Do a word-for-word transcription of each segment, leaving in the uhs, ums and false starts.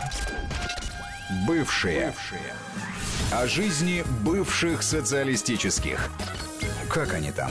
Бывшие. Бывшие. О жизни бывших социалистических. Как они там?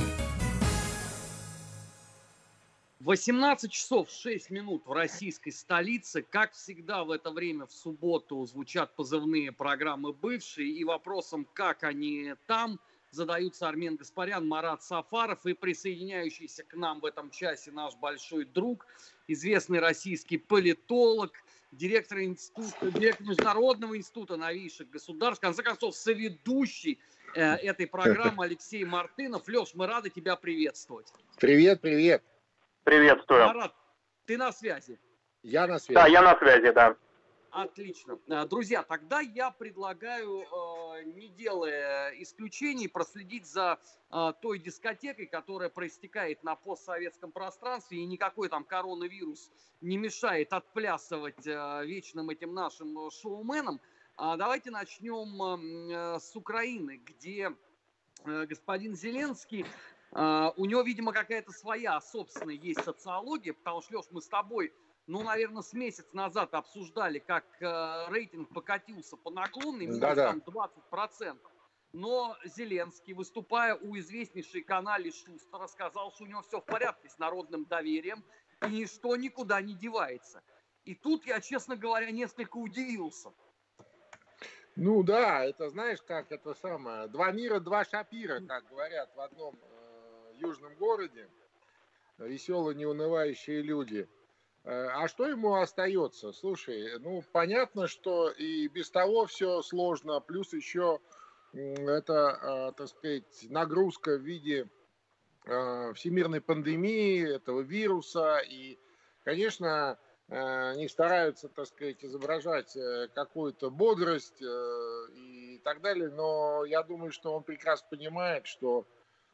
восемнадцать часов шесть минут в российской столице. Как всегда в это время в субботу звучат позывные программы «Бывшие». И вопросом, как они там, задаются Армен Гаспарян, Марат Сафаров и присоединяющийся к нам в этом часе наш большой друг, известный российский политолог, директор, института, директор Международного института новейших государств, в конце концов, соведущий э, этой программы Алексей Мартынов. Леш, мы рады тебя приветствовать. Привет, привет. Приветствую. Марат, ты на связи? Я на связи. Да, я на связи, да. Отлично. Друзья, тогда я предлагаю, не делая исключений, проследить за той дискотекой, которая проистекает на постсоветском пространстве, и никакой там коронавирус не мешает отплясывать вечным этим нашим шоуменам. Давайте начнем с Украины, где господин Зеленский, у него, видимо, какая-то своя собственная есть социология, потому что, Леш, мы с тобой, ну, наверное, с месяц назад обсуждали, как э, рейтинг покатился по наклонной, минус Да-да. там двадцать процентов. Но Зеленский, выступая у известнейшей канале Шустера, сказал, что у него все в порядке с народным доверием, и ничто никуда не девается. И тут я, честно говоря, несколько удивился. Ну да, это знаешь, как это самое, два мира, два шапира, как говорят в одном э, южном городе, веселые, неунывающие люди. А что ему остается? Слушай, ну понятно, что и без того все сложно, плюс еще это, так сказать, нагрузка в виде всемирной пандемии, этого вируса, и, конечно, они стараются, так сказать, изображать какую-то бодрость и так далее, но я думаю, что он прекрасно понимает, что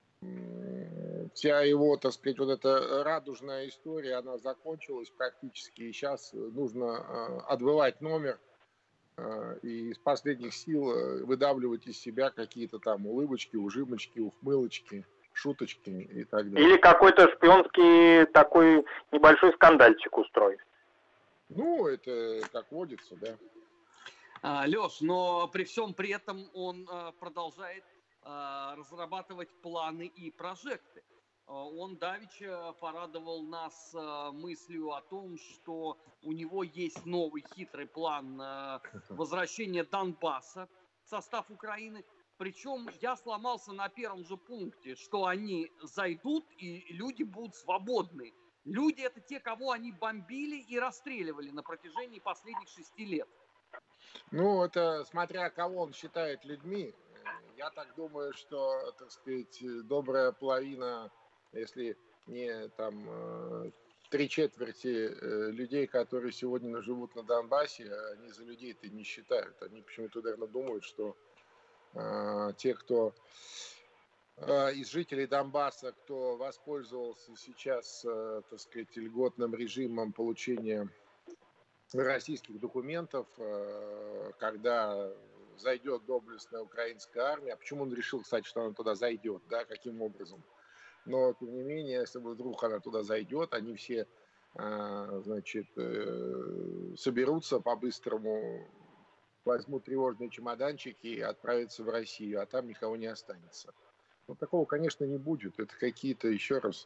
вся его, так сказать, вот эта радужная история, она закончилась практически, и сейчас нужно отбывать номер и из последних сил выдавливать из себя какие-то там улыбочки, ужимочки, ухмылочки, шуточки и так далее. Или какой-то шпионский такой небольшой скандальчик устроить. Ну, это как водится, да. А, Леш, но при всем при этом он а, продолжает а, разрабатывать планы и прожекты. Он давеча порадовал нас мыслью о том, что у него есть новый хитрый план возвращения Донбасса в состав Украины. Причем я сломался на первом же пункте, что они зайдут и люди будут свободны. Люди — это те, кого они бомбили и расстреливали на протяжении последних шести лет. Ну, это смотря кого он считает людьми. Я так думаю, что, так сказать, добрая половина, если не там три четверти людей, которые сегодня живут на Донбассе, они за людей-то не считают. Они почему-то, наверное, думают, что э, те, кто э, из жителей Донбасса, кто воспользовался сейчас, э, так сказать, льготным режимом получения российских документов, э, когда зайдет доблестная украинская армия. Почему он решил, кстати, что она туда зайдет, да, каким образом? Но, тем не менее, если вдруг она туда зайдет, они все, значит, соберутся по-быстрому, возьмут тревожные чемоданчики и отправятся в Россию, а там никого не останется. Ну, такого, конечно, не будет. Это какие-то, еще раз,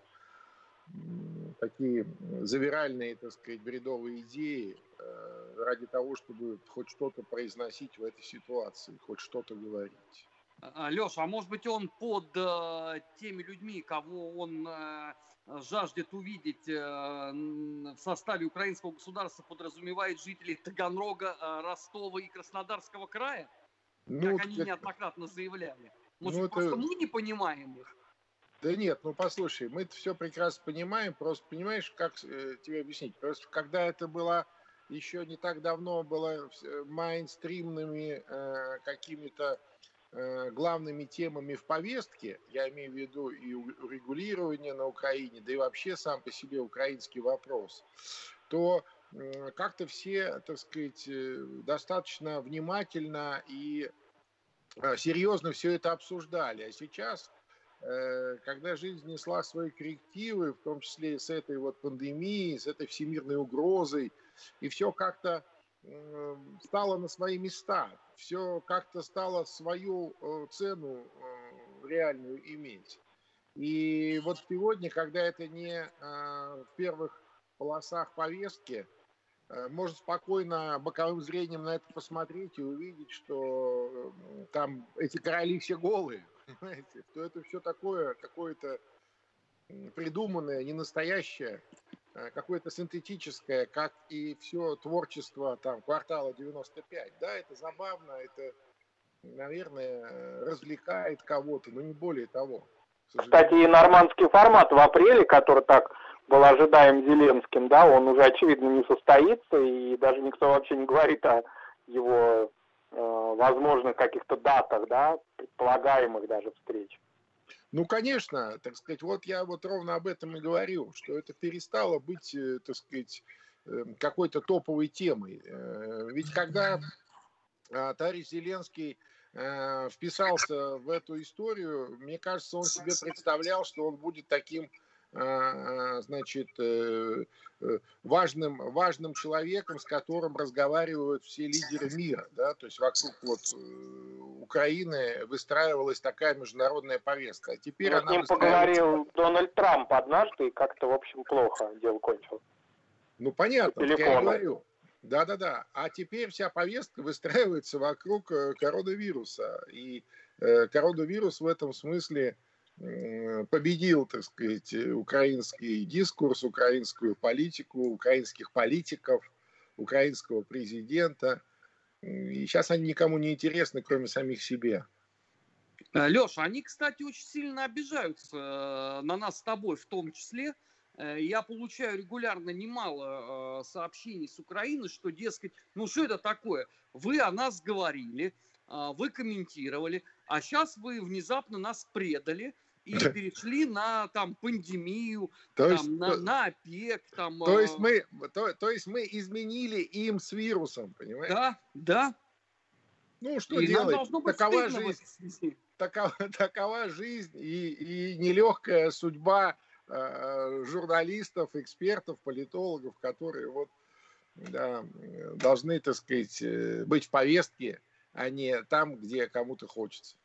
такие завиральные, так сказать, бредовые идеи ради того, чтобы хоть что-то произносить в этой ситуации, хоть что-то говорить. Леша, а может быть он под э, теми людьми, кого он э, жаждет увидеть э, в составе украинского государства, подразумевает жителей Таганрога, э, Ростова и Краснодарского края? Ну, как они это... неоднократно заявляли. Может, ну, просто это... мы не понимаем их? Да нет, ну послушай, мы это все прекрасно понимаем, просто понимаешь, как э, тебе объяснить? Просто когда это было еще не так давно, было мейнстримными э, какими-то главными темами в повестке, я имею в виду и урегулирование на Украине, да и вообще сам по себе украинский вопрос, то как-то все, так сказать, достаточно внимательно и серьезно все это обсуждали. А сейчас, когда жизнь несла свои коррективы, в том числе и с этой вот пандемией, с этой всемирной угрозой, и все как-то стало на свои места, все как-то стало свою цену реальную иметь. И вот сегодня, когда это не в первых полосах повестки, можно спокойно боковым зрением на это посмотреть и увидеть, что там эти короли все голые, понимаете, что это все такое, какое-то придуманное, не настоящее, какое-то синтетическое, как и все творчество там квартала девяносто пять. Да, это забавно, это, наверное, развлекает кого-то, но не более того. Кстати, и нормандский формат в апреле, который так был ожидаем Зеленским, да, он уже, очевидно, не состоится, и даже никто вообще не говорит о его э, возможных каких-то датах, да, предполагаемых даже встреч. Ну, конечно, так сказать, вот я вот ровно об этом и говорю, что это перестало быть, так сказать, какой-то топовой темой. Ведь когда товарищ Зеленский вписался в эту историю, мне кажется, он себе представлял, что он будет таким, значит, важным, важным человеком, с которым разговаривают все лидеры мира, да, то есть вокруг вот Украины выстраивалась такая международная повестка. А теперь Но она с ним выстраивается... поговорил Дональд Трамп однажды, и как-то, в общем, плохо дело кончилось. Ну, понятно, так я и говорю. Да-да-да. А теперь вся повестка выстраивается вокруг коронавируса. И коронавирус в этом смысле победил, так сказать, украинский дискурс, украинскую политику, украинских политиков, украинского президента. И сейчас они никому не интересны, кроме самих себе. Леша, они, кстати, очень сильно обижаются на нас с тобой в том числе. Я получаю регулярно немало сообщений с Украины, что, дескать, ну что это такое? Вы о нас говорили, вы комментировали, а сейчас вы внезапно нас предали и перешли на там пандемию, то есть, там, на, то, на ОПЕК. Там, то, есть мы, то, то есть мы изменили им с вирусом, понимаете? Да, да. Ну, что и делать? Такова жизнь, такова, такова жизнь и, и нелегкая судьба э, журналистов, экспертов, политологов, которые вот, да, должны, так сказать, быть в повестке, а не там, где кому-то хочется.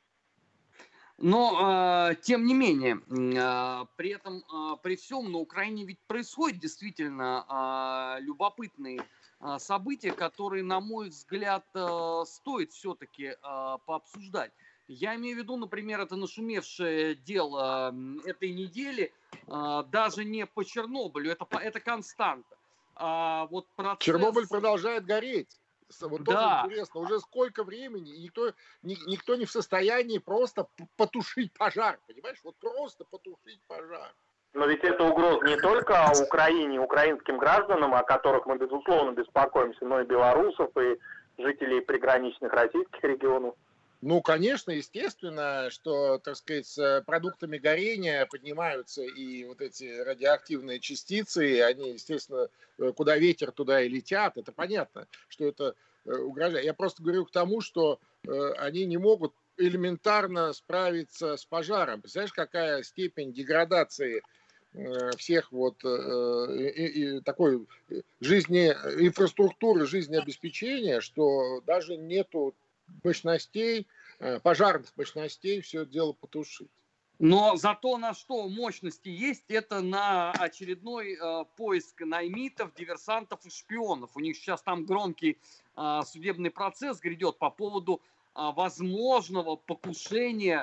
Но, э, тем не менее, э, при этом, э, при всем на Украине ведь происходят действительно э, любопытные э, события, которые, на мой взгляд, э, стоит все-таки э, пообсуждать. Я имею в виду, например, это нашумевшее дело этой недели, э, даже не по Чернобылю, это, это константа. А вот процесс... Чернобыль продолжает гореть. Вот да. тоже интересно, уже сколько времени, и никто, ни, никто не в состоянии просто потушить пожар, понимаешь? Вот просто потушить пожар. Но ведь это угроза не только Украине, украинским гражданам, о которых мы, безусловно, беспокоимся, но и белорусов, и жителей приграничных российских регионов. Ну, конечно, естественно, что, так сказать, с продуктами горения поднимаются и вот эти радиоактивные частицы, и они, естественно, куда ветер, туда и летят. Это понятно, что это угрожает. Я просто говорю к тому, что они не могут элементарно справиться с пожаром. Представляешь, какая степень деградации всех вот и, и такой жизни, инфраструктуры жизнеобеспечения, что даже нету мощностей, пожарных мощностей все это дело потушить. Но зато на что мощности есть, это на очередной э, поиск наймитов, диверсантов и шпионов. У них сейчас там громкий э, судебный процесс грядет по поводу э, возможного покушения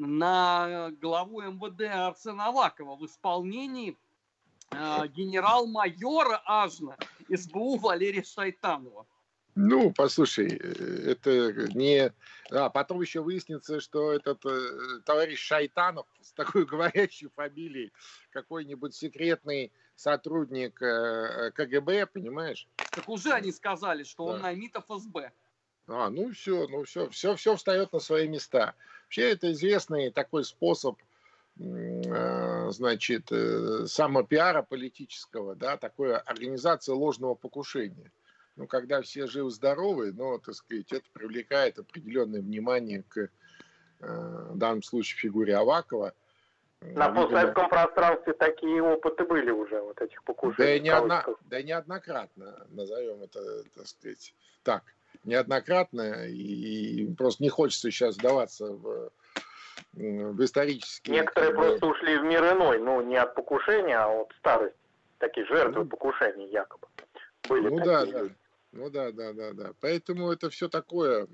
на главу эм вэ дэ Арсена Авакова в исполнении э, генерал-майора ажно эс бэ у Валерия Шайтанова. Ну, послушай, это не... А потом еще выяснится, что этот э, товарищ Шайтанов с такой говорящей фамилией, какой-нибудь секретный сотрудник э, ка гэ бэ, понимаешь? Так уже они сказали, что да. Он наймит эф эс бэ. А, ну все, ну все, все, все встает на свои места. Вообще это известный такой способ, э, значит, э, самопиара политического, да, такой организация ложного покушения. Ну, когда все живы-здоровы, но, так сказать, это привлекает определенное внимание к, э, в данном случае, фигуре Авакова. На постсоветском пространстве такие опыты были уже, вот этих покушений. Да и, неодно, да и неоднократно, назовем это, так сказать, так, неоднократно, и просто не хочется сейчас вдаваться в, в исторические... Некоторые в... просто ушли в мир иной, ну, не от покушения, а от старости. Такие жертвы ну, покушений якобы были. Ну да, да, ну да, да, да, да. Поэтому это все такое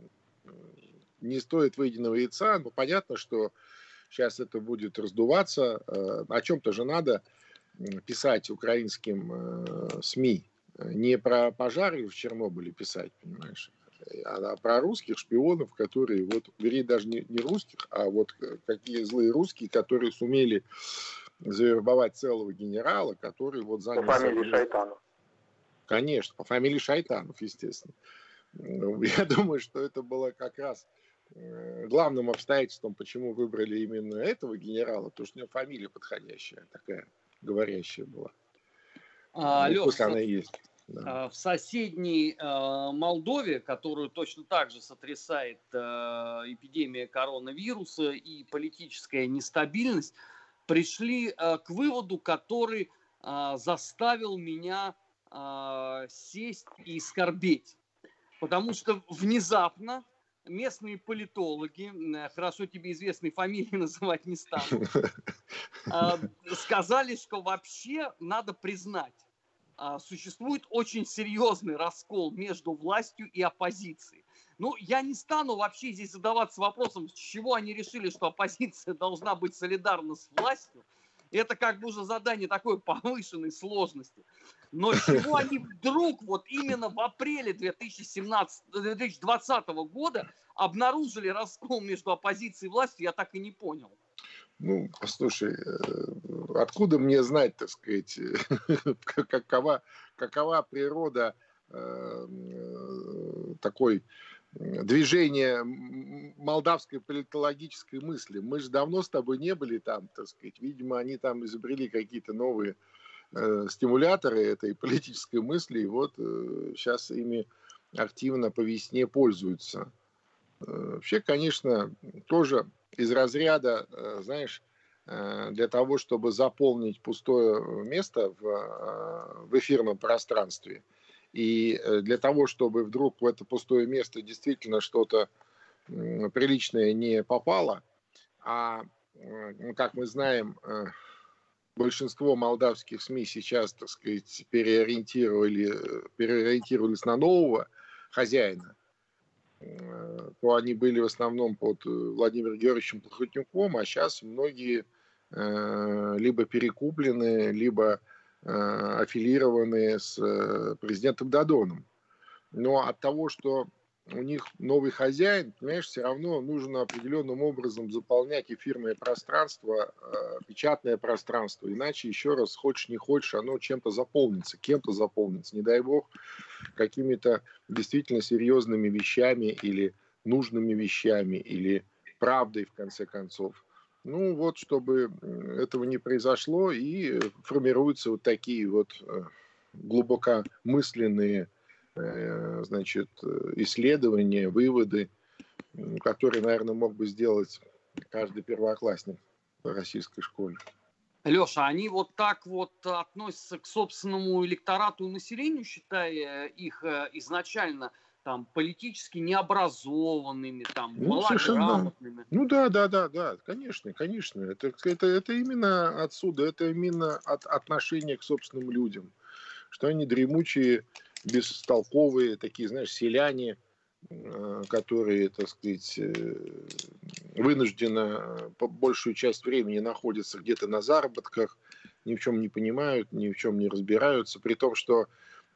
не стоит выеденного яйца, но понятно, что сейчас это будет раздуваться. О чем-то же надо писать украинским СМИ. Не про пожары в Чернобыле писать, понимаешь, а про русских шпионов, которые, вот, вернее, даже не, не русских, а вот какие злые русские, которые сумели завербовать целого генерала, который вот занял... По фамилии Шайтанов. Конечно, по фамилии Шайтанов, естественно. Я думаю, что это было как раз главным обстоятельством, почему выбрали именно этого генерала, потому что у него фамилия подходящая, такая, говорящая была. А, ну, Лёш, пусть она и есть. Да. В соседней э, Молдове, которую точно так же сотрясает э, эпидемия коронавируса и политическая нестабильность, пришли э, к выводу, который э, заставил меня э, сесть и скорбеть. Потому что внезапно местные политологи, хорошо тебе известные фамилии называть не стану, сказали, что вообще надо признать, существует очень серьезный раскол между властью и оппозицией. Ну, я не стану вообще здесь задаваться вопросом, с чего они решили, что оппозиция должна быть солидарна с властью. Это как бы уже задание такой повышенной сложности. Но чего они вдруг вот именно в апреле две тысячи двадцатого года обнаружили раскол между оппозицией и властью, я так и не понял. Ну, послушай, откуда мне знать, так сказать, какова, какова природа э, такой движения молдавской политологической мысли. Мы же давно с тобой не были там, так сказать. Видимо, они там изобрели какие-то новые э, стимуляторы этой политической мысли, и вот э, сейчас ими активно по весне пользуются. Э, вообще, конечно, тоже из разряда, э, знаешь, э, для того, чтобы заполнить пустое место в, э, в эфирном пространстве, и для того, чтобы вдруг в это пустое место действительно что-то приличное не попало, а, как мы знаем, большинство молдавских СМИ сейчас, так сказать, переориентировали, переориентировались на нового хозяина, то они были в основном под Владимиром Георгиевичем Плохотнюком, а сейчас многие либо перекуплены, либо аффилированные с президентом Додоном. Но от того, что у них новый хозяин, понимаешь, все равно нужно определенным образом заполнять эфирное пространство, печатное пространство. Иначе, еще раз, хочешь не хочешь, оно чем-то заполнится, кем-то заполнится. Не дай бог, какими-то действительно серьезными вещами или нужными вещами, или правдой, в конце концов. Ну вот, чтобы этого не произошло, и формируются вот такие вот глубокомысленные, значит, исследования, выводы, которые, наверное, мог бы сделать каждый первоклассник в российской школе. Леша, они вот так вот относятся к собственному электорату и населению, считая их изначально там политически необразованными, там, ну, малограмотными. Ну да, да, да, да, конечно, конечно. Это, это, это именно отсюда, это именно от отношения к собственным людям. Что они дремучие, бестолковые, такие, знаешь, селяне, которые, так сказать, вынужденно большую часть времени находятся где-то на заработках, ни в чем не понимают, ни в чем не разбираются, при том, что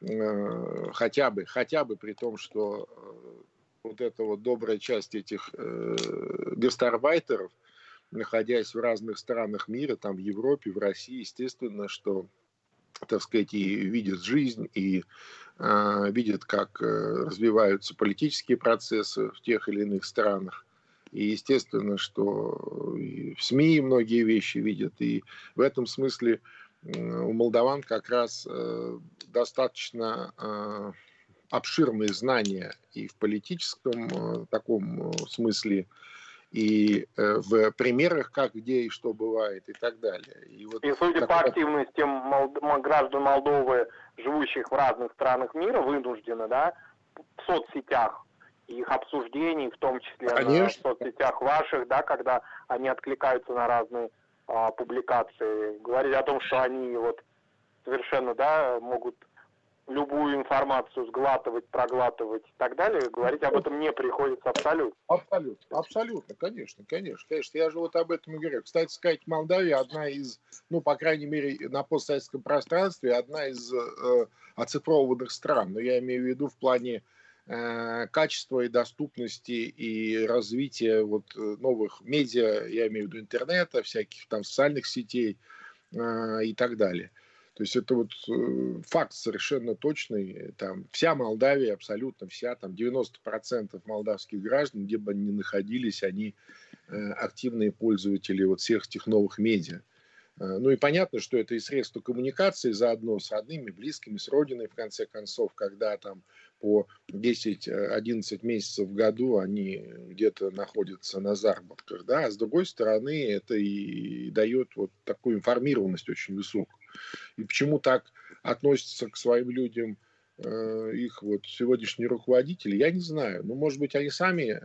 хотя бы, хотя бы при том, что вот эта вот добрая часть этих э, гастарбайтеров, находясь в разных странах мира, там в Европе, в России, естественно, что, так сказать, и видят жизнь, и э, видят, как э, развиваются политические процессы в тех или иных странах. И естественно, что и в СМИ многие вещи видят. И в этом смысле у молдаван как раз э, достаточно э, обширные знания и в политическом э, таком смысле, и э, в примерах, как, где и что бывает, и так далее. И, вот и судя такое... по активности Молд... граждан Молдовы, живущих в разных странах мира, вынуждены, да, в соцсетях, их обсуждений, в том числе Конечно. на соцсетях ваших, да, когда они откликаются на разные а, публикации, говорить о том, что они вот совершенно, да, могут любую информацию сглатывать, проглатывать и так далее, говорить об этом не приходится абсолютно. Абсолютно, абсолютно, конечно, конечно, конечно. Я же вот об этом и говорю. Кстати сказать, Молдавия одна из, ну, по крайней мере, на постсоветском пространстве, одна из э, оцифрованных стран. Но я имею в виду в плане э, качества и доступности и развития вот новых медиа, я имею в виду интернета, всяких там социальных сетей э, и так далее. То есть это вот э, факт совершенно точный. Там вся Молдавия, абсолютно вся, там девяносто процентов молдавских граждан, где бы они ни находились, они э, активные пользователи вот всех этих новых медиа. Э, ну и понятно, что это и средства коммуникации заодно с родными, близкими, с родиной, в конце концов, когда там по десять-одиннадцать месяцев в году они где-то находятся на заработках. Да? А с другой стороны, это и дает вот такую информированность очень высокую. И почему так относятся к своим людям э, их вот сегодняшние руководители, я не знаю. Ну, может быть, они сами,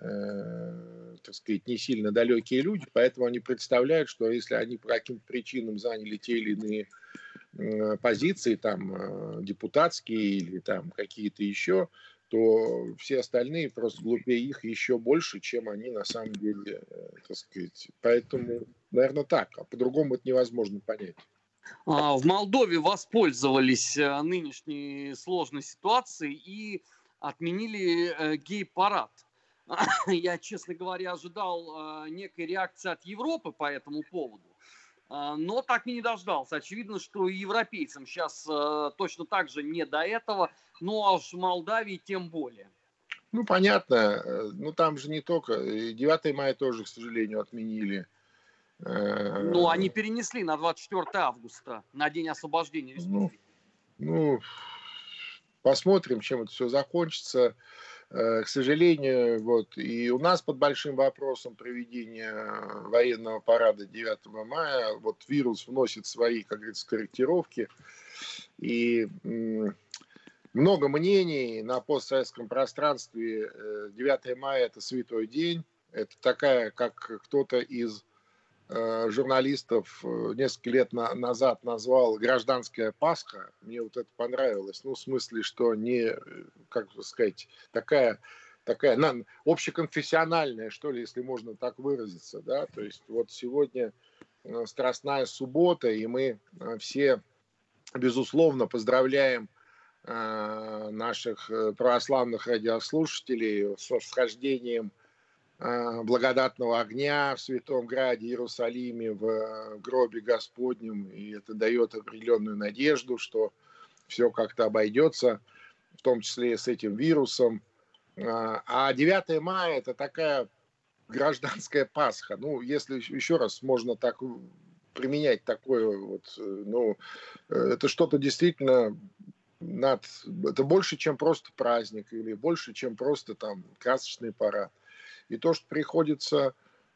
э, так сказать, не сильно далекие люди, поэтому они представляют, что если они по каким-то причинам заняли те или иные э, позиции, там, э, депутатские или там какие-то еще, то все остальные просто глупее их еще больше, чем они на самом деле, э, так сказать. Поэтому, наверное, так. А по-другому это невозможно понять. В Молдове воспользовались нынешней сложной ситуацией и отменили гей-парад. Я, честно говоря, ожидал некой реакции от Европы по этому поводу, но так и не дождался. Очевидно, что и европейцам сейчас точно так же не до этого, ну а уж в Молдавии тем более. Ну, понятно. Ну, там же не только. девятое мая тоже, к сожалению, отменили. Ну, они перенесли на двадцать четвёртое августа, на день освобождения республики. Ну, ну, посмотрим, чем это все закончится. К сожалению, вот и у нас под большим вопросом проведения военного парада девятого мая. Вот вирус вносит свои, как говорится, корректировки. И много мнений на постсоветском пространстве. девятое мая – это святой день. Это такая, как кто-то из журналистов несколько лет на, назад назвал гражданская Пасха. Мне вот это понравилось. Ну, в смысле, что не, как сказать, такая, такая на, общеконфессиональная, что ли, если можно так выразиться. Да? То есть вот сегодня Страстная суббота, и мы все, безусловно, поздравляем э, наших православных радиослушателей с восхождением благодатного огня в Святом Граде, Иерусалиме, в гробе Господнем, и это дает определенную надежду, что все как-то обойдется, в том числе и с этим вирусом. А девятое мая – это такая гражданская Пасха. Ну, если еще раз можно так применять такое вот, ну, это что-то действительно над, это больше, чем просто праздник, или больше, чем просто там красочный парад. И то, что приходится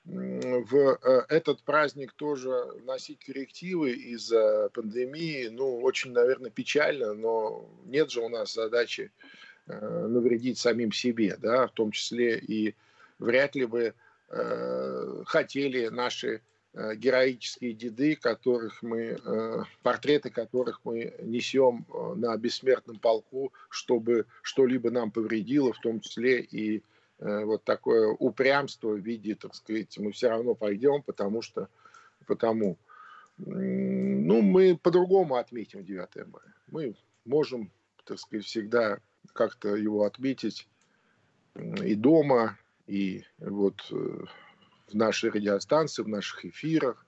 в этот праздник тоже вносить коррективы из-за пандемии, ну, очень, наверное, печально, но нет же у нас задачи навредить самим себе, да, в том числе и вряд ли бы э, хотели наши э, героические деды, которых мы, э, портреты которых мы несем на бессмертном полку, чтобы что-либо нам повредило, в том числе и вот такое упрямство в виде, так сказать, мы все равно пойдем, потому что, потому, ну, мы по-другому отметим девятое мая. Мы можем, так сказать, всегда как-то его отметить и дома, и вот в нашей радиостанции, в наших эфирах,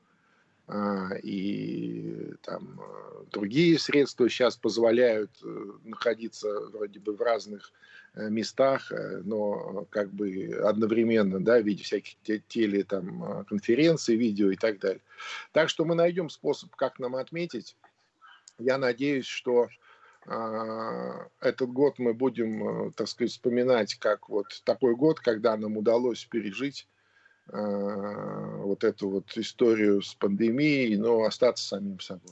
и там другие средства сейчас позволяют находиться вроде бы в разных местах, но как бы одновременно, да, в виде всяких теле, там, конференций, видео и так далее. Так что мы найдем способ, как нам отметить. Я надеюсь, что э, этот год мы будем, так сказать, вспоминать как вот такой год, когда нам удалось пережить вот эту вот историю с пандемией, но остаться самим собой.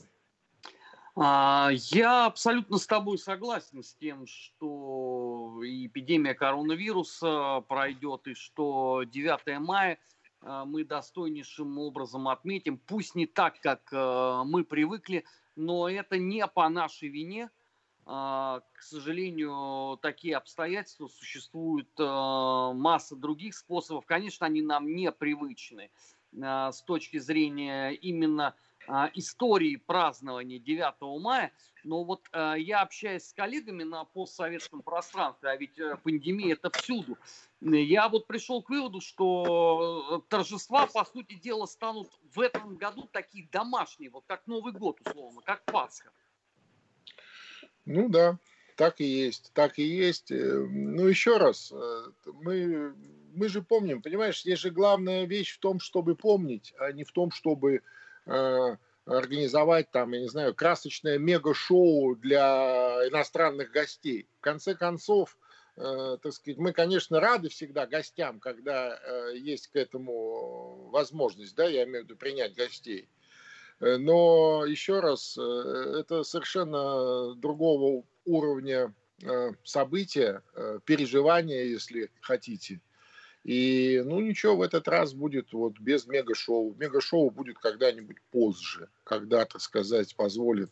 Я абсолютно с тобой согласен с тем, что эпидемия коронавируса пройдет, и что девятое мая мы достойнейшим образом отметим. Пусть не так, как мы привыкли, но это не по нашей вине. К сожалению, такие обстоятельства существуют, масса других способов. Конечно, они нам непривычны с точки зрения именно истории празднования девятого мая, но вот э, я общаюсь с коллегами на постсоветском пространстве, а ведь э, пандемия это всюду. Я вот пришел к выводу, что торжества, по сути дела, станут в этом году такие домашние, вот как Новый год, условно, как Пасха. Ну да, так и есть, так и есть. Ну еще раз, мы, мы же помним, понимаешь, здесь же главная вещь в том, чтобы помнить, а не в том, чтобы организовать там, я не знаю, красочное мега-шоу для иностранных гостей. В конце концов, э, так сказать, мы, конечно, рады всегда гостям, когда э, есть к этому возможность, да, я имею в виду принять гостей. Но еще раз, э, это совершенно другого уровня э, события, э, переживания, если хотите. И, ну, ничего, в этот раз будет вот без мега-шоу. Мега-шоу будет когда-нибудь позже, когда, так сказать, позволит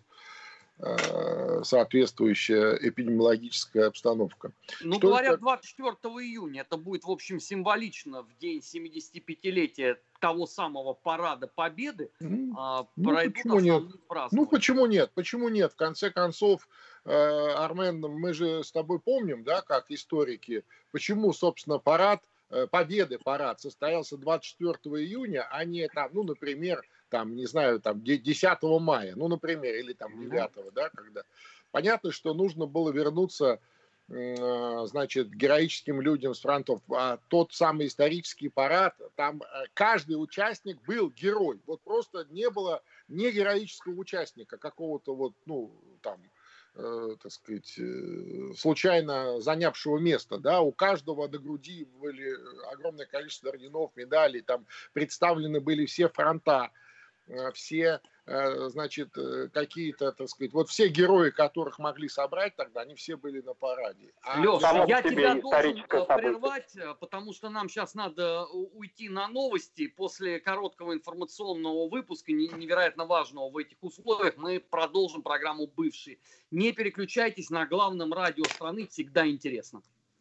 э, соответствующая эпидемиологическая обстановка. Ну, Что говорят, это... двадцать четвёртого июня. Это будет, в общем, символично в день семидесятипятилетия того самого парада Победы. Ну, а, ну пройдут почему нет? Ну, почему нет? Почему нет? В конце концов, э, Армен, мы же с тобой помним, да, как историки, почему, собственно, парад Победы парад состоялся двадцать четвёртого июня, а не там, ну, например, там, не знаю, там, десятого мая, ну, например, или там девятого, да, когда. Понятно, что нужно было вернуться, значит, героическим людям с фронтов. А тот самый исторический парад, там каждый участник был герой. Вот просто не было не героического участника, какого-то вот, ну, там, Э, так сказать, э, случайно занявшего место, да, у каждого на груди были огромное количество орденов, медалей, там представлены были все фронта, э, все, э, значит, э, какие-то, так сказать, вот все герои, которых могли собрать тогда, они все были на параде. А Леша, я тебя должен прервать, потому что нам сейчас надо уйти на новости. После короткого информационного выпуска, невероятно важного в этих условиях, мы продолжим программу «Бывшие». Не переключайтесь, на главном радио страны всегда интересно.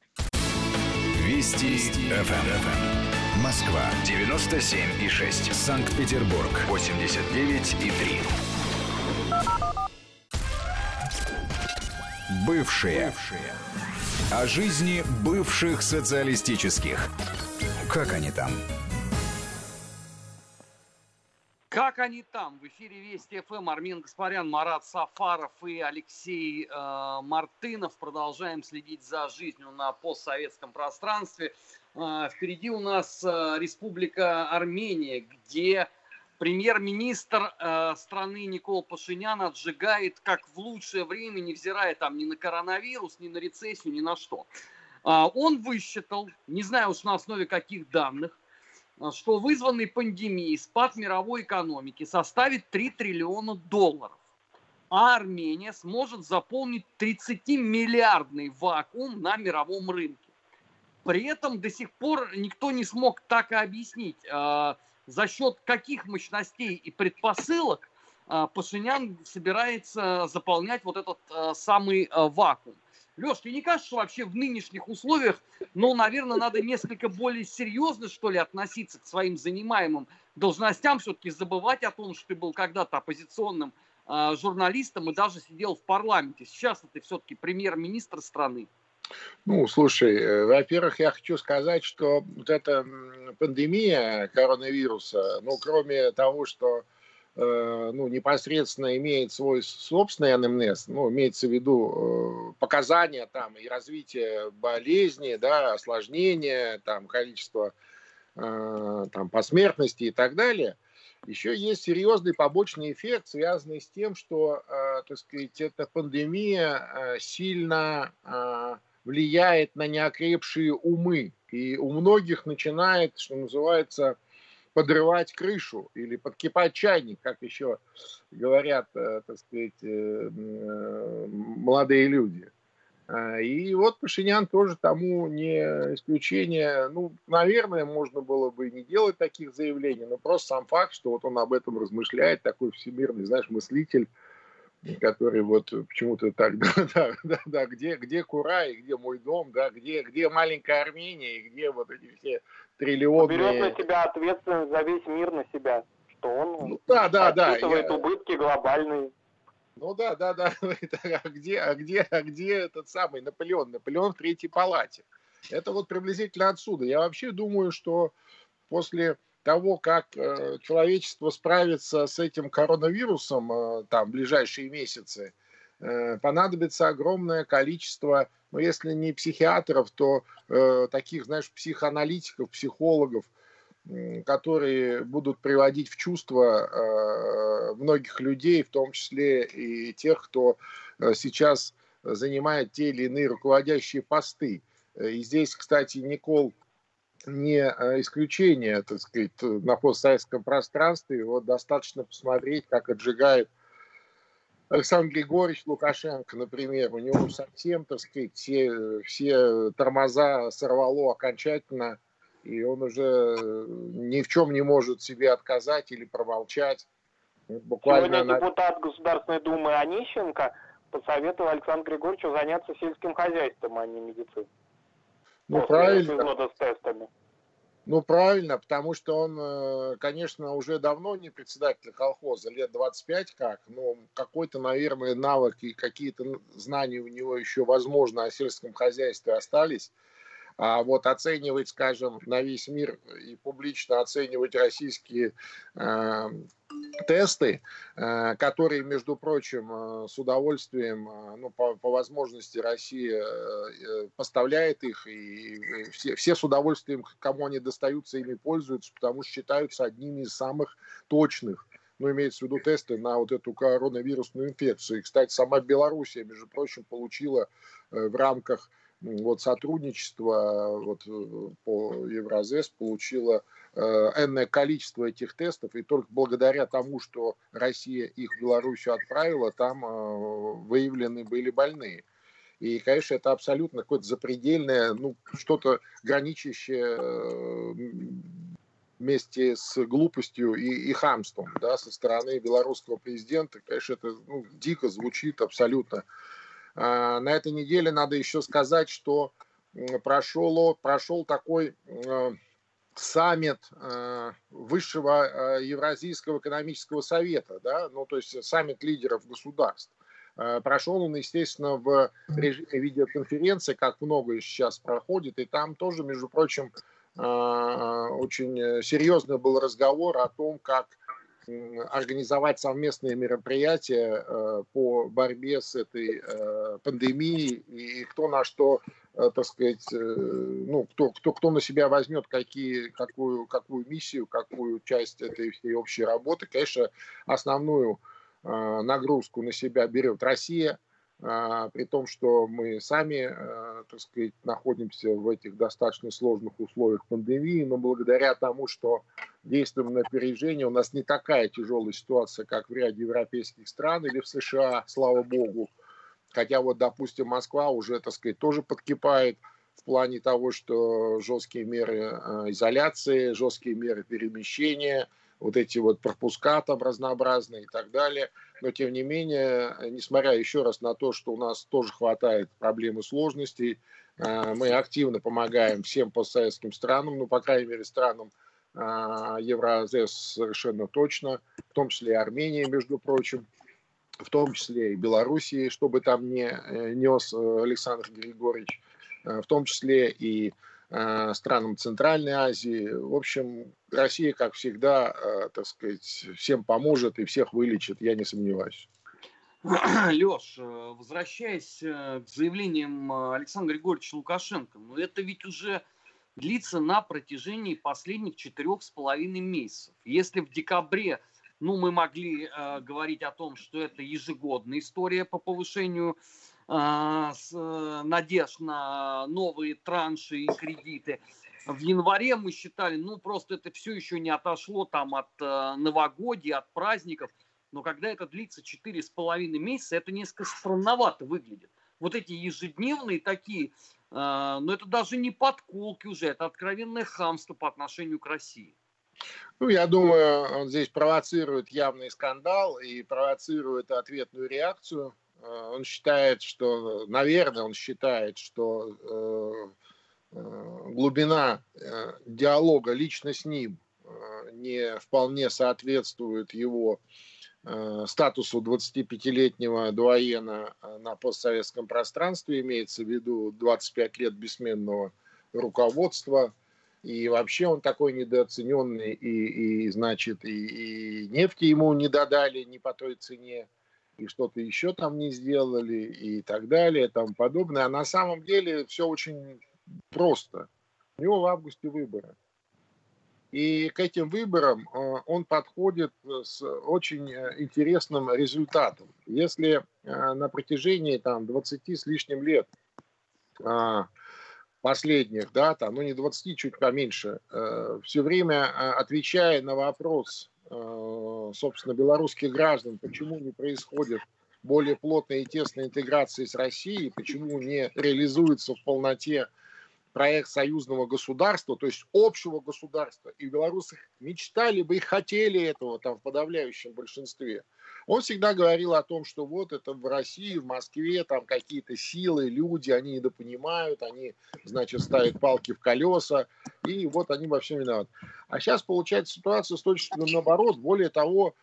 Вести эф эм. Москва девяносто семь и шесть. Санкт-Петербург восемьдесят девять и три. Бывшие. Бывшие. О жизни бывших социалистических. Как они там? Как они там? В эфире Вести эф эм. Армен Гаспарян, Марат Сафаров и Алексей э, Мартынов. Продолжаем следить за жизнью на постсоветском пространстве. Э, впереди у нас э, Республика Армения, где премьер-министр э, страны Никол Пашинян отжигает, как в лучшее время, невзирая там ни на коронавирус, ни на рецессию, ни на что. Э, он высчитал, не знаю уж на основе каких данных, что вызванный пандемией спад мировой экономики составит три триллиона долларов. А Армения сможет заполнить тридцатимиллиардный вакуум на мировом рынке. При этом до сих пор никто не смог так и объяснить, э, за счет каких мощностей и предпосылок э, Пашинян собирается заполнять вот этот э, самый э, вакуум. Леш, тебе не кажется, что вообще в нынешних условиях, ну, наверное, надо несколько более серьезно, что ли, относиться к своим занимаемым должностям, все-таки забывать о том, что ты был когда-то оппозиционным э, журналистом и даже сидел в парламенте. Сейчас ты все-таки премьер-министр страны. Ну, слушай, во-первых, я хочу сказать, что вот эта пандемия коронавируса, ну, кроме того, что ну, непосредственно имеет свой собственный анамнез, ну, имеется в виду показания там и развитие болезни, да, осложнения, там, количество там, посмертности и так далее, еще есть серьезный побочный эффект, связанный с тем, что, так сказать, эта пандемия сильно влияет на неокрепшие умы И у многих начинает, что называется, подрывать крышу или подкипать чайник, как еще говорят, так сказать, молодые люди. И вот Пашинян тоже тому не исключение. Ну, наверное, можно было бы не делать таких заявлений, но просто сам факт, что вот он об этом размышляет, такой всемирный, знаешь, мыслитель, который вот почему-то так, да, да, да, да, где, где Кура и где мой дом, да, где, где маленькая Армения и где вот эти все триллионные... Берет на себя ответственность за весь мир на себя, что он ну, да, да, подсчитывает да, убытки я... глобальные. Ну да, да, да. А где, а где, а где этот самый Наполеон? Наполеон в Третьей палате. Это вот приблизительно отсюда. Я вообще думаю, что после того, как э, человечество справится с этим коронавирусом э, там в ближайшие месяцы, э, понадобится огромное количество, ну если не психиатров, то э, таких, знаешь, психоаналитиков, психологов, которые будут приводить в чувство э, многих людей, в том числе и тех, кто сейчас занимает те или иные руководящие посты. И здесь, кстати, Никол не исключение, так сказать, на постсоветском пространстве. Вот достаточно посмотреть, как отжигает Александр Григорьевич Лукашенко, например. У него совсем, так сказать, все, все тормоза сорвало окончательно, и он уже ни в чем не может себе отказать или промолчать. Буквально Сегодня на... депутат Государственной Думы Онищенко посоветовал Александру Григорьевичу заняться сельским хозяйством, а не медициной. Ну, После правильно. С тестами. Ну, правильно, потому что он, конечно, уже давно не председатель колхоза, лет двадцать пять как, но какой-то, наверное, навык и какие-то знания у него еще, возможно, о сельском хозяйстве остались. А вот оценивать, скажем, на весь мир и публично оценивать российские э, тесты, э, которые, между прочим, э, с удовольствием, э, ну, по, по возможности Россия э, поставляет их, и, и все, все с удовольствием, кому они достаются, ими пользуются, потому что считаются одними из самых точных. Ну, имеется в виду тесты на вот эту коронавирусную инфекцию. И, кстати, сама Белоруссия, между прочим, получила э, в рамках вот сотрудничество вот, по Евразес получило э, энное количество этих тестов, и только благодаря тому, что Россия их в Белоруссию отправила, там э, выявлены были больные. И, конечно, это абсолютно какое-то запредельное, ну, что-то граничащее э, вместе с глупостью и, и хамством, да, со стороны белорусского президента. Конечно, это ну, дико звучит абсолютно. На этой неделе надо еще сказать, что прошел, прошел такой саммит Высшего Евразийского экономического совета, да, ну, то есть саммит лидеров государств. Прошел он, естественно, в режиме видеоконференции, как много сейчас проходит, и там тоже, между прочим, очень серьезный был разговор о том, как организовать совместные мероприятия э, по борьбе с этой э, пандемией и кто на что, э, так сказать, э, ну, кто, кто, кто на себя возьмет какие, какую, какую миссию, какую часть этой всей общей работы. Конечно, основную э, нагрузку на себя берет Россия, э, при том, что мы сами, э, так сказать, находимся в этих достаточно сложных условиях пандемии, но благодаря тому, что действуем на опережение. У нас не такая тяжелая ситуация, как в ряде европейских стран или в США, слава богу. Хотя вот, допустим, Москва уже, так сказать, тоже подкипает в плане того, что жесткие меры изоляции, жесткие меры перемещения, вот эти вот пропуска там разнообразные и так далее. Но, тем не менее, несмотря еще раз на то, что у нас тоже хватает проблем и сложностей, мы активно помогаем всем постсоветским странам, ну, по крайней мере, странам Евразес совершенно точно, в том числе и Армении, между прочим, в том числе и Белоруссии, чтобы там не нес Александр Григорьевич, в том числе и странам Центральной Азии. В общем, Россия, как всегда, так сказать, всем поможет и всех вылечит, я не сомневаюсь. Леш, возвращаясь к заявлениям Александра Григорьевича Лукашенко, ну это ведь уже длится на протяжении последних четырех с половиной месяцев. Если в декабре, ну, мы могли э, говорить о том, что это ежегодная история по повышению с надежд на новые транши и кредиты. В январе мы считали, ну просто это все еще не отошло там от новогодия, от праздников. Но когда это длится четыре с половиной месяца, это несколько странновато выглядит. Вот эти ежедневные такие, но это даже не подколки уже, это откровенное хамство по отношению к России. Ну, я думаю, он здесь провоцирует явный скандал и провоцирует ответную реакцию. Он считает, что, наверное, он считает, что э, э, глубина э, диалога лично с ним э, не вполне соответствует его э, статусу двадцатипятилетнего дуаена на постсоветском пространстве, имеется в виду двадцать пять лет бессменного руководства. И вообще он такой недооцененный, и, и значит, и, и нефти ему не додали не по той цене, и что-то еще там не сделали, и так далее, и тому подобное. А на самом деле все очень просто. У него в августе выборы. И к этим выборам он подходит с очень интересным результатом. Если на протяжении там, двадцати с лишним лет последних, да, там, ну не двадцати, чуть поменьше, э, все время э, отвечая на вопрос, э, собственно, белорусских граждан, почему не происходит более плотной и тесной интеграции с Россией, почему не реализуется в полноте проект союзного государства, то есть общего государства, и белорусы мечтали бы и хотели этого там в подавляющем большинстве. Он всегда говорил о том, что вот это в России, в Москве, там какие-то силы, люди, они недопонимают, они, значит, ставят палки в колеса, и вот они во всем виноваты. А сейчас получается ситуация с точно наоборот. Более того,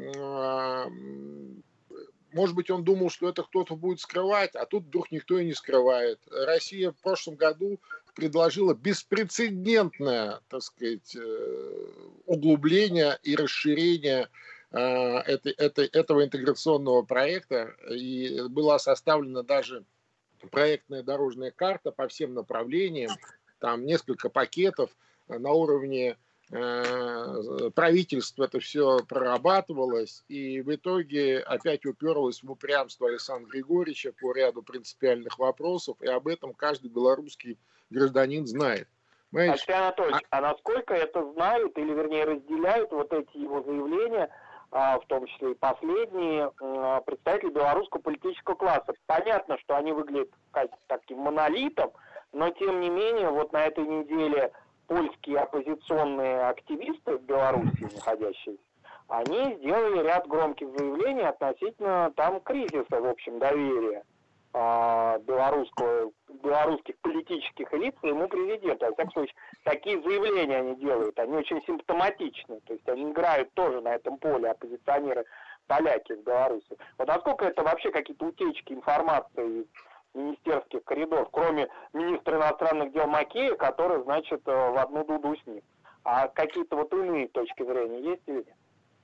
может быть, он думал, что это кто-то будет скрывать, а тут вдруг никто и не скрывает. Россия в прошлом году предложила беспрецедентное, так сказать, углубление и расширение этой, этой, этого интеграционного проекта. И была составлена даже проектная дорожная карта по всем направлениям. Там несколько пакетов на уровне правительство это все прорабатывалось, и в итоге опять уперлось в упрямство Александра Григорьевича по ряду принципиальных вопросов, и об этом каждый белорусский гражданин знает. Алексей Анатольевич, а... а насколько это знают, или вернее разделяют вот эти его заявления, в том числе и последние, представители белорусского политического класса? Понятно, что они выглядят как таким монолитом, но тем не менее вот на этой неделе польские оппозиционные активисты в Беларуси, находящиеся, они сделали ряд громких заявлений относительно там кризиса, в общем, доверия э, белорусского, белорусских политических элит своему президенту. Во всяком случае, такие заявления они делают, они очень симптоматичны, то есть они играют тоже на этом поле, оппозиционеры поляки в Беларуси. Вот насколько это вообще какие-то утечки информации министерских коридоров, кроме министра иностранных дел Макея, который, значит, в одну дуду с ним. А какие-то вот иные точки зрения есть или нет?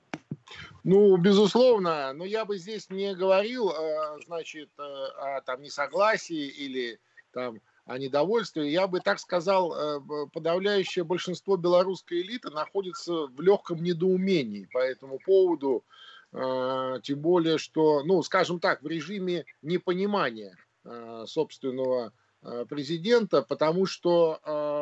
Ну, безусловно, но я бы здесь не говорил, значит, о там несогласии или там о недовольстве. Я бы так сказал, подавляющее большинство белорусской элиты находится в легком недоумении по этому поводу, тем более, что, ну, скажем так, в режиме непонимания собственного президента, потому что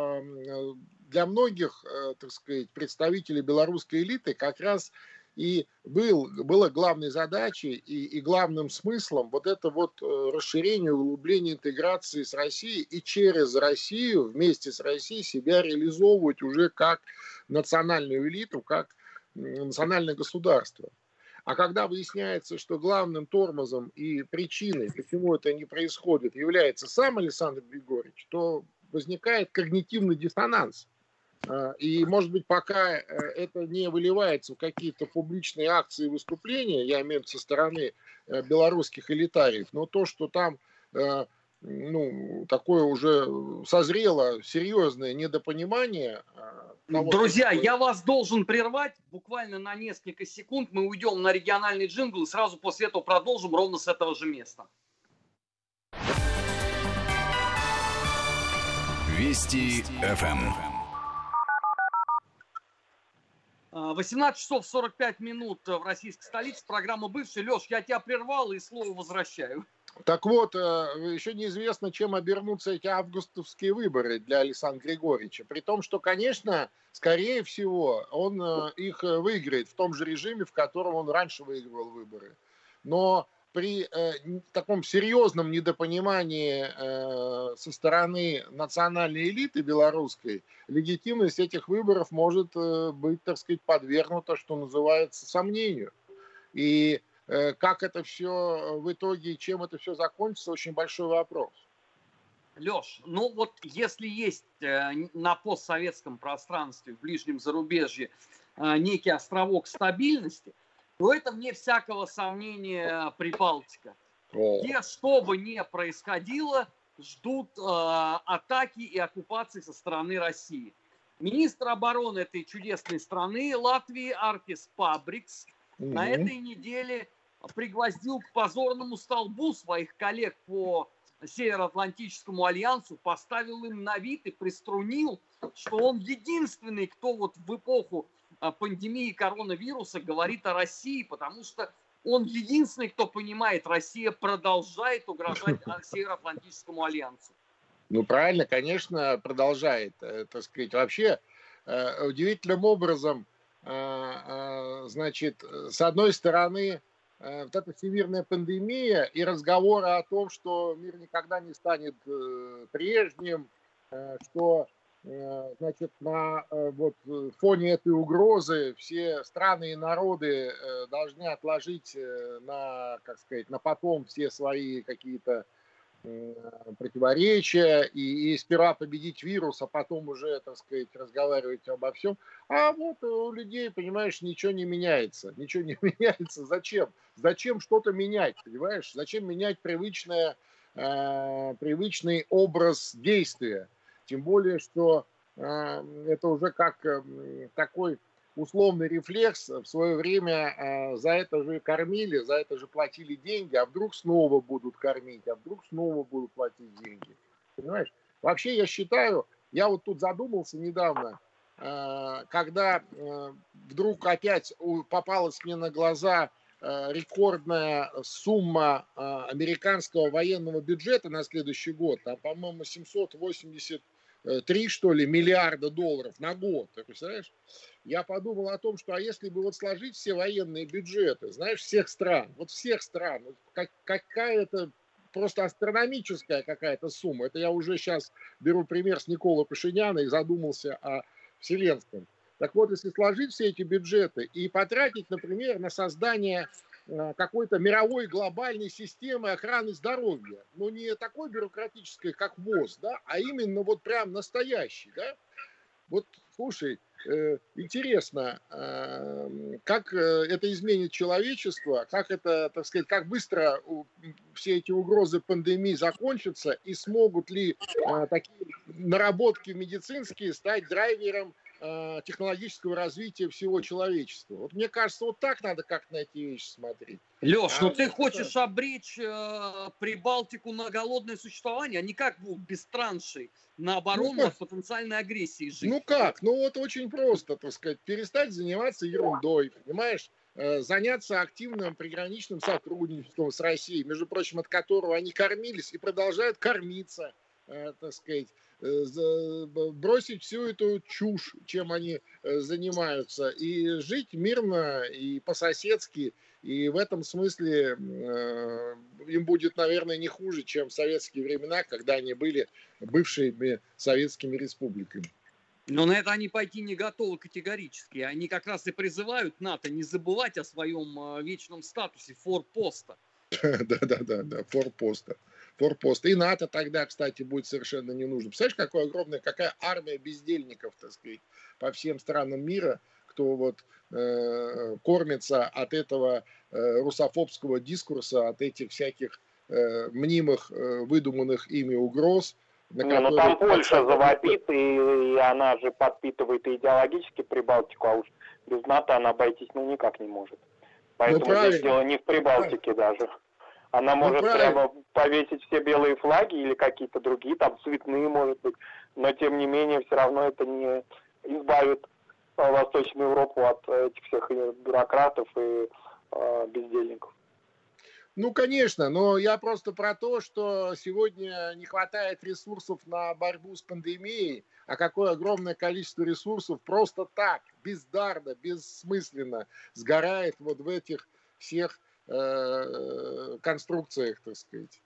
для многих, так сказать, представителей белорусской элиты как раз и был, было главной задачей и, и главным смыслом вот это вот расширение, углубление интеграции с Россией и через Россию, вместе с Россией себя реализовывать уже как национальную элиту, как национальное государство. А когда выясняется, что главным тормозом и причиной, почему это не происходит, является сам Александр Григорьевич, то возникает когнитивный диссонанс. И, может быть, пока это не выливается в какие-то публичные акции и выступления, я имею в виду со стороны белорусских элитариев, но то, что там ну, такое уже созрело серьезное недопонимание. Того, Друзья, что... я вас должен прервать буквально на несколько секунд. Мы уйдем на региональный джингл и сразу после этого продолжим ровно с этого же места. Вести эф эм. восемнадцать часов сорок пять минут в российской столице. Программа «Бывший». Леш, я тебя прервал и слово возвращаю. Так вот, еще неизвестно, чем обернутся эти августовские выборы для Александра Григорьевича. При том, что, конечно, скорее всего, он их выиграет в том же режиме, в котором он раньше выигрывал выборы. Но при э, таком серьезном недопонимании э, со стороны национальной элиты белорусской легитимность этих выборов может э, быть, так сказать, подвергнута, что называется, сомнению. И э, как это все в итоге, чем это все закончится, очень большой вопрос. Леш, ну вот если есть э, на постсоветском пространстве, в ближнем зарубежье, э, некий островок стабильности, то это, вне всякого сомнения, Прибалтика. О. Где, что бы ни происходило, ждут э, атаки и оккупации со стороны России. Министр обороны этой чудесной страны, Латвии, Артис Пабрикс, mm-hmm. на этой неделе пригвоздил к позорному столбу своих коллег по Североатлантическому альянсу, поставил им на вид и приструнил, что он единственный, кто вот в эпоху пандемии коронавируса говорит о России, потому что он единственный, кто понимает, Россия продолжает угрожать Североатлантическому альянсу. Ну, правильно, конечно, продолжает, так сказать. Вообще, удивительным образом, значит, с одной стороны, вот эта всемирная пандемия и разговоры о том, что мир никогда не станет прежним, что, значит, на вот фоне этой угрозы все страны и народы должны отложить на, как сказать, на потом все свои какие-то противоречия и, и сперва победить вирус, а потом уже, так сказать, разговаривать обо всем. А вот у людей, понимаешь, ничего не меняется. Ничего не меняется. Зачем? Зачем что-то менять, понимаешь? Зачем менять привычное, э, привычный образ действия? Тем более, что э, это уже как э, такой условный рефлекс. В свое время э, за это же кормили, за это же платили деньги, а вдруг снова будут кормить, а вдруг снова будут платить деньги. Понимаешь? Вообще я считаю, я вот тут задумался недавно, э, когда э, вдруг опять попалась мне на глаза э, рекордная сумма э, американского военного бюджета на следующий год, там, по-моему, семьсот восемьдесят три, что ли, миллиарда долларов на год, ты представляешь? Я подумал о том, что а если бы вот сложить все военные бюджеты, знаешь, всех стран, вот всех стран, вот как, какая-то просто астрономическая какая-то сумма. Это я уже сейчас беру пример с Николы Пашиняна и задумался о вселенском. Так вот, если сложить все эти бюджеты и потратить, например, на создание какой-то мировой глобальной системы охраны здоровья, но не такой бюрократической, как ВОЗ, да, а именно вот прям настоящий, да. Вот, слушай, э, интересно, э, как это изменит человечество, как это, так сказать, как быстро все эти угрозы пандемии закончатся и смогут ли э, такие наработки медицинские стать драйвером технологического развития всего человечества. Вот мне кажется, вот так надо как-то на эти вещи смотреть. Леш, а ну ты хочешь это... обречь э, Прибалтику на голодное существование, а не как будут без траншей на оборону ну, от потенциальной агрессии жить. Ну как? Ну вот очень просто, так сказать, перестать заниматься ерундой, понимаешь? Э, заняться активным приграничным сотрудничеством с Россией, между прочим, от которого они кормились и продолжают кормиться, э, так сказать, бросить всю эту чушь, чем они занимаются, и жить мирно и по-соседски. И в этом смысле э, им будет, наверное, не хуже, чем в советские времена, когда они были бывшими советскими республиками. Но на это они пойти не готовы категорически. Они как раз и призывают НАТО не забывать о своем вечном статусе форпоста. Да-да-да, форпоста. Форпост. И НАТО тогда, кстати, будет совершенно не нужно. Представляешь, какая огромная, какая армия бездельников, так сказать, по всем странам мира, кто вот э, кормится от этого э, русофобского дискурса, от этих всяких э, мнимых, э, выдуманных ими угроз. Не, ну там Польша завопит, и, и она же подпитывает и идеологически Прибалтику, а уж без НАТО она обойтись ну никак не может. Поэтому ну, здесь дело не в Прибалтике даже. Она может ну, прямо повесить все белые флаги или какие-то другие, там цветные, может быть, но тем не менее все равно это не избавит Восточную Европу от этих всех бюрократов и э, бездельников. Ну, конечно, но я просто про то, что сегодня не хватает ресурсов на борьбу с пандемией, а какое огромное количество ресурсов просто так, бездарно, бессмысленно сгорает вот в этих всех э, конструкциях, так сказать.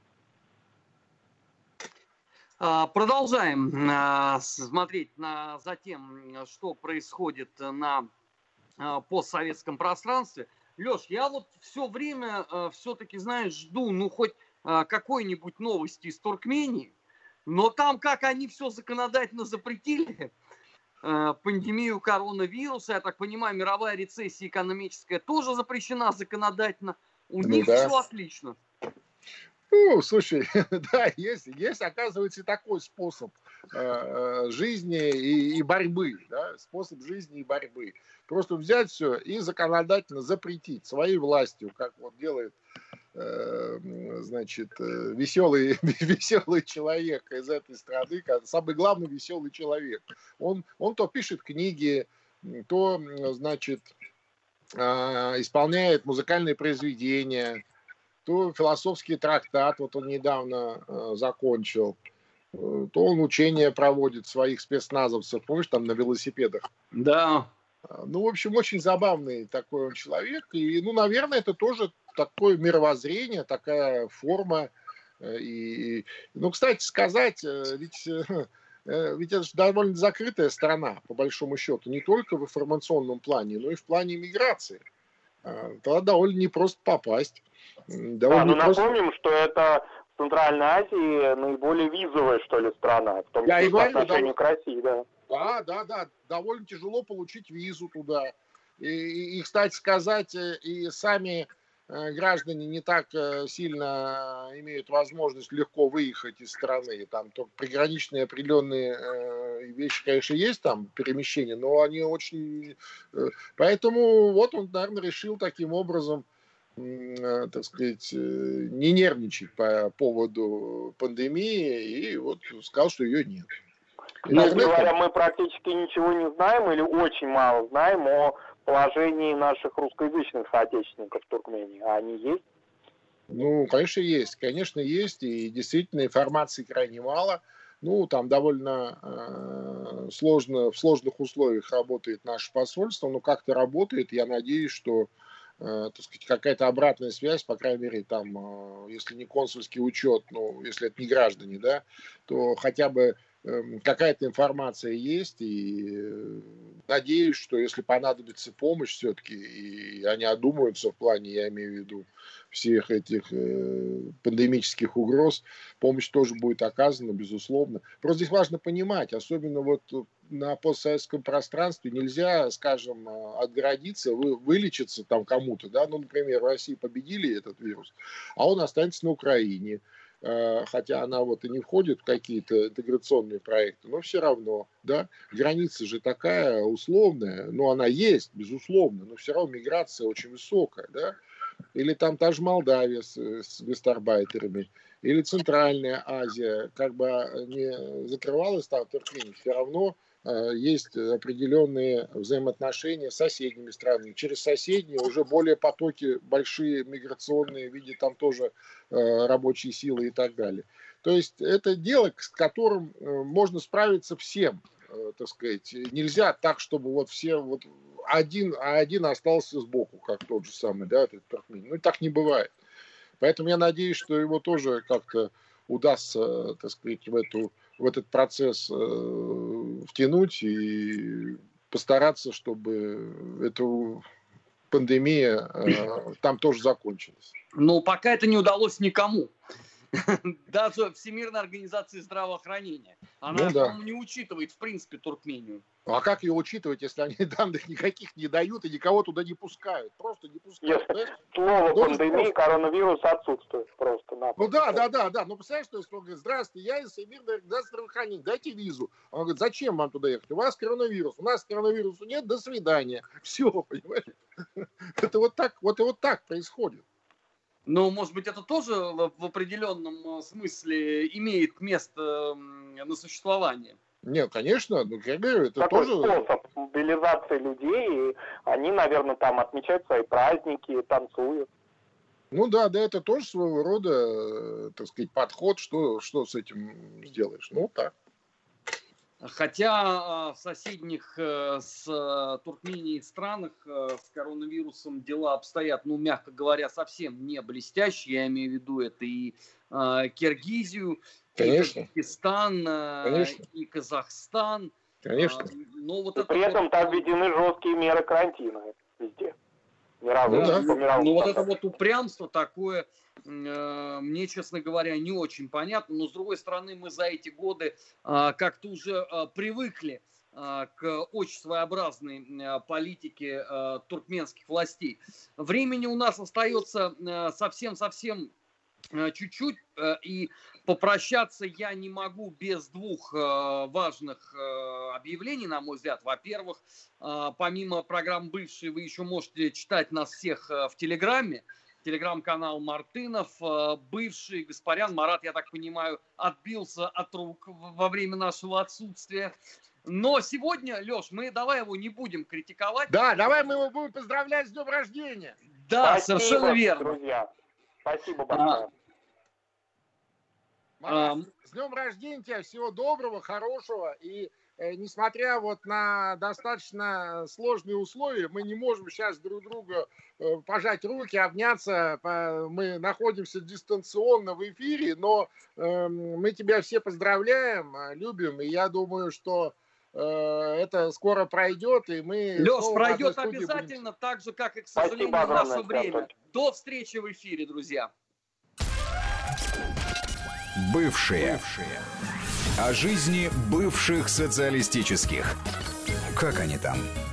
Продолжаем смотреть на, за тем, что происходит на постсоветском пространстве. Леш, я вот все время э, все-таки, знаешь, жду, ну, хоть э, какой-нибудь новости из Туркмении, но там, как они все законодательно запретили, э, пандемию коронавируса, я так понимаю, мировая рецессия экономическая тоже запрещена законодательно, у ну, них да. Все отлично. Ну, слушай, да, есть, есть, оказывается, такой способ э, жизни и, и борьбы, да, способ жизни и борьбы. Просто взять все и законодательно запретить своей властью, как вот делает, э, значит, веселый, веселый человек из этой страны, самый главный веселый человек. Он, он то пишет книги, то, значит, э, исполняет музыкальные произведения, то философский трактат, вот он недавно э, закончил, э, то он учения проводит своих спецназовцев, помнишь, там на велосипедах. Да. Ну, в общем, очень забавный такой он человек. И, ну, наверное, это тоже такое мировоззрение, такая форма. И, ну, кстати сказать, ведь, ведь это же довольно закрытая страна, по большому счету, не только в информационном плане, но и в плане миграции. Туда довольно непросто попасть. Да, ну просто... напомним, что это в Центральной Азии наиболее визовая, что ли, страна, в том числе по отношению к России, да. Да, да, да, довольно тяжело получить визу туда. И, и, и кстати сказать, и сами граждане не так сильно имеют возможность легко выехать из страны. Там только приграничные определенные вещи, конечно, есть там перемещения, но они очень... Поэтому вот он, наверное, решил таким образом, так сказать, не нервничать по поводу пандемии и вот сказал, что ее нет. Кстати говоря, мы практически ничего не знаем или очень мало знаем о положении наших русскоязычных соотечественников в Туркмении. А они есть? Ну, конечно, есть. Конечно, есть. И действительно информации крайне мало. Ну, там довольно э, сложно, в сложных условиях работает наше посольство, но как-то работает. Я надеюсь, что э, так сказать, какая-то обратная связь, по крайней мере, там, э, если не консульский учет, ну, если это не граждане, да, то хотя бы какая-то информация есть, и надеюсь, что если понадобится помощь все-таки, и они одумаются в плане, я имею в виду, всех этих э, пандемических угроз, помощь тоже будет оказана, безусловно. Просто здесь важно понимать, особенно вот на постсоветском пространстве нельзя, скажем, отгородиться, вы, вылечиться там кому-то, да, ну, например, в России победили этот вирус, а он останется на Украине, хотя она вот и не входит в какие-то интеграционные проекты, но все равно, да, граница же такая условная, но она есть, безусловно, но все равно миграция очень высокая, да, или там та же Молдавия с, с гастарбайтерами, или Центральная Азия, как бы не закрывалась там в Туркмении, все равно э, есть определенные взаимоотношения с соседними странами. Через соседние уже более потоки большие миграционные в виде там тоже э, рабочей силы и так далее. То есть это дело, с которым э, можно справиться всем, э, так сказать. Нельзя так, чтобы вот все вот один, а один остался сбоку, как тот же самый, да, этот Туркмении. Ну, так не бывает. Поэтому я надеюсь, что его тоже как-то удастся, так сказать, в, эту, в этот процесс э, втянуть и постараться, чтобы эта пандемия э, там тоже закончилась. Но пока это не удалось никому. Даже Всемирной организации здравоохранения. Она, ну, да. не учитывает, в принципе, Туркмению. А как ее учитывать, если они данных никаких не дают и никого туда не пускают? Просто не пускают. Yes. Да? Слово пандемии, коронавирус отсутствует просто. Ну да, да, да, да. Ну представляешь, что если он говорит: здравствуйте, я из Всемирной организации здравоохранения, дайте визу. Он говорит: зачем вам туда ехать? У вас коронавирус. У нас коронавируса нет, до свидания. Все, понимаешь? Это вот так, вот и вот так происходит. Но, может быть, это тоже в определенном смысле имеет место на существование? Нет, конечно, ну, я говорю, это такой тоже... способ мобилизации людей, и они, наверное, там отмечают свои праздники, танцуют. Ну да, да, это тоже своего рода, так сказать, подход, что, что с этим сделаешь. Ну так. Хотя в соседних с Туркменией странах с коронавирусом дела обстоят, ну, мягко говоря, совсем не блестяще. Я имею в виду это и Киргизию, Конечно. и Таджикистан, Конечно. и Казахстан. Конечно. Но вот и это при этом вот... там введены жесткие меры карантина везде. Мировым, да, ну, да. Ну вот это вот упрямство такое, э, мне, честно говоря, не очень понятно. Но, с другой стороны, мы за эти годы э, как-то уже э, привыкли э, к очень своеобразной э, политике э, туркменских властей. Времени у нас остается э, совсем-совсем э, чуть-чуть. Э, и попрощаться я не могу без двух э, важных э, объявлений, на мой взгляд. Во-первых, э, помимо программ «Бывшие», вы еще можете читать нас всех э, в Телеграме. Телеграм-канал Мартынов. Э, бывший Гаспарян, Марат, я так понимаю, отбился от рук во время нашего отсутствия. Но сегодня, Леш, мы давай его не будем критиковать. Да, давай мы его будем поздравлять с днем рождения. Да, Спасибо, совершенно верно. Друзья. Спасибо большое. А, Марат, а, с днем рождения тебя, всего доброго, хорошего. И э, несмотря вот на достаточно сложные условия, мы не можем сейчас друг друга э, пожать руки, обняться. По, мы находимся дистанционно в эфире, но э, мы тебя все поздравляем, любим. И я думаю, что э, это скоро пройдет, и мы... Леш, пройдет обязательно, будем... так же, как и, к сожалению, Спасибо, наше время. До встречи в эфире, друзья. Бывшие. Бывшие. О жизни бывших социалистических. Как они там?